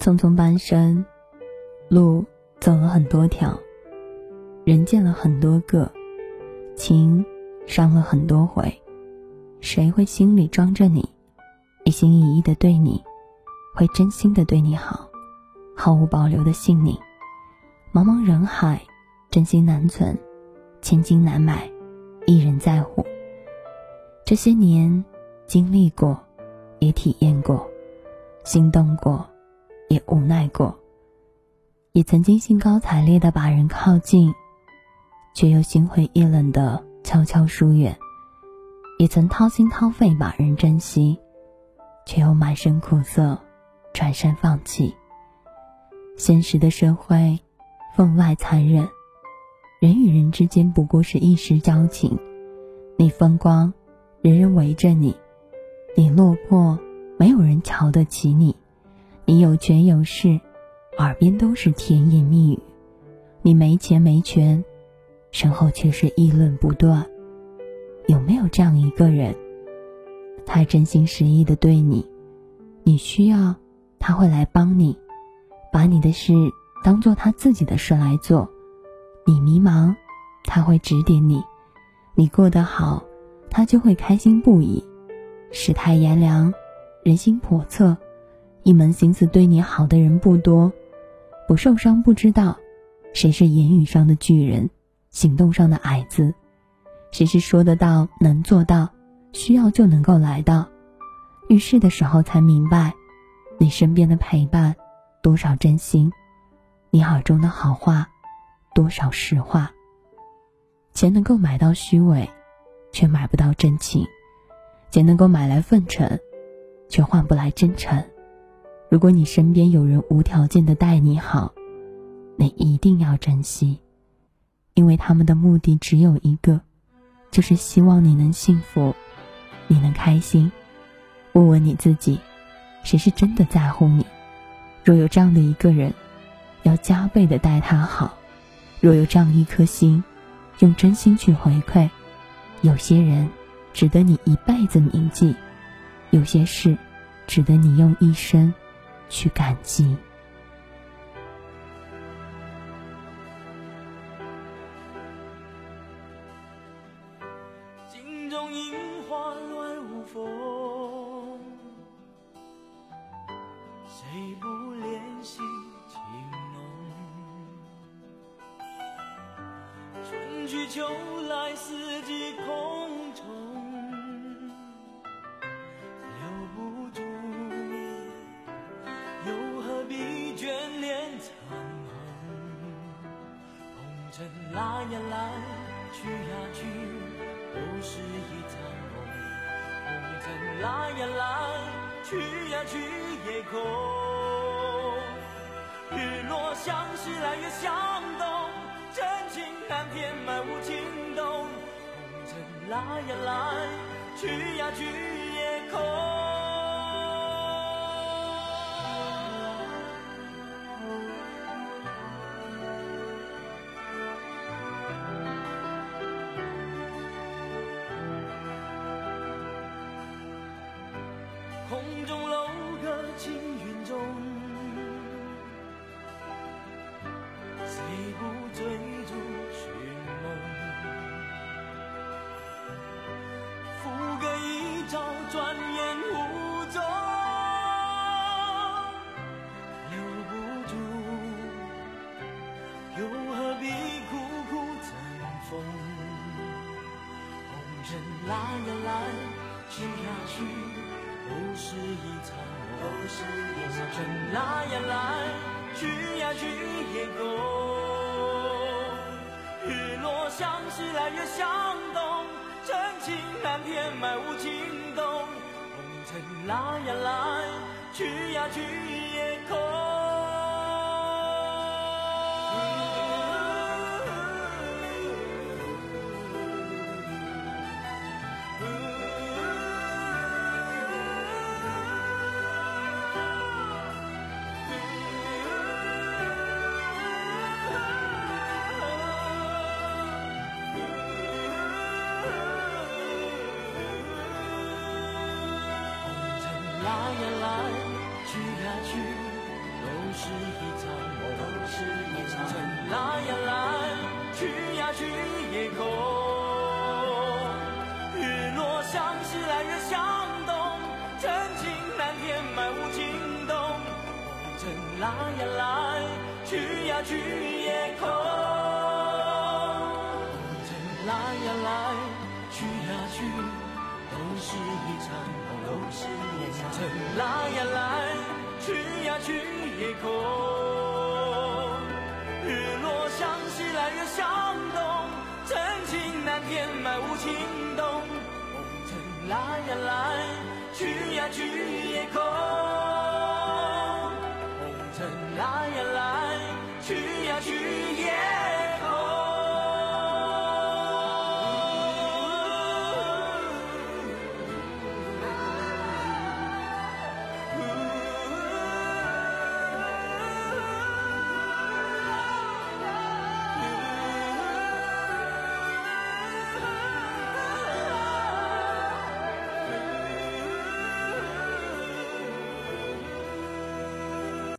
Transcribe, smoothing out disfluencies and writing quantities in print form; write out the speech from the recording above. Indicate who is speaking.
Speaker 1: 匆匆半生，路走了很多条，人见了很多个，情伤了很多回，谁会心里装着你，一心一意地对你，会真心地对你好，毫无保留地信你。茫茫人海，真心难存，千金难买，一人在乎。这些年经历过，也体验过，心动过，也无奈过，也曾经兴高采烈地把人靠近，却又心灰意冷地悄悄疏远，也曾掏心掏肺把人珍惜，却又满身苦涩转身放弃。现实的社会分外残忍，人与人之间不过是一时交情，你风光人人围着你，你落魄没有人瞧得起你，你有权有势，耳边都是甜言蜜语，你没钱没权，身后却是议论不断。有没有这样一个人，他真心实意地对你，你需要他会来帮你，把你的事当作他自己的事来做，你迷茫他会指点你，你过得好他就会开心不已。世态炎凉，人心叵测，一门心思对你好的人不多，不受伤不知道谁是言语上的巨人，行动上的矮子，谁是说得到能做到，需要就能够来到。遇事的时候才明白，你身边的陪伴多少真心，你耳中的好话多少实话。钱能够买到虚伪，却买不到真情，钱能够买来奉承，却换不来真诚。如果你身边有人无条件的待你好，你一定要珍惜，因为他们的目的只有一个，就是希望你能幸福，你能开心。问问你自己，谁是真的在乎你？若有这样的一个人，要加倍的待他好。若有这样一颗心，用真心去回馈。有些人值得你一辈子铭记，有些事值得你用一生去感激。
Speaker 2: 镜中樱花乱无风，谁不怜惜情浓？春去秋来，四季空中留不住，又何必眷恋残红？红尘来呀来，去呀去，都是一场梦。红尘来呀来，去呀去也空。日落相识，来月相东，真情难填，满无情动。红尘来呀来，去呀去也空。空中楼阁青云中，谁不追逐寻梦？浮歌一朝，转眼无踪，留不住，又何必苦苦争锋？红尘来呀来，去呀去，都是一场梦。红尘来呀来，去呀去也空。日落相识，来月相东，真情难填，满无情动。红尘来呀来，去呀去也空。来呀来，去呀去， 是一场梦，都是一场梦。来呀来，去呀去夜空，日落像是来日向东，真情难填满无情洞。红尘来呀来，去呀去夜空，红尘来呀来，去呀去，都是一场梦，都是一场梦。红尘来呀来，去呀去夜空，日落像是来日向东，真情难填满无情洞。红尘来呀来，去呀去夜空。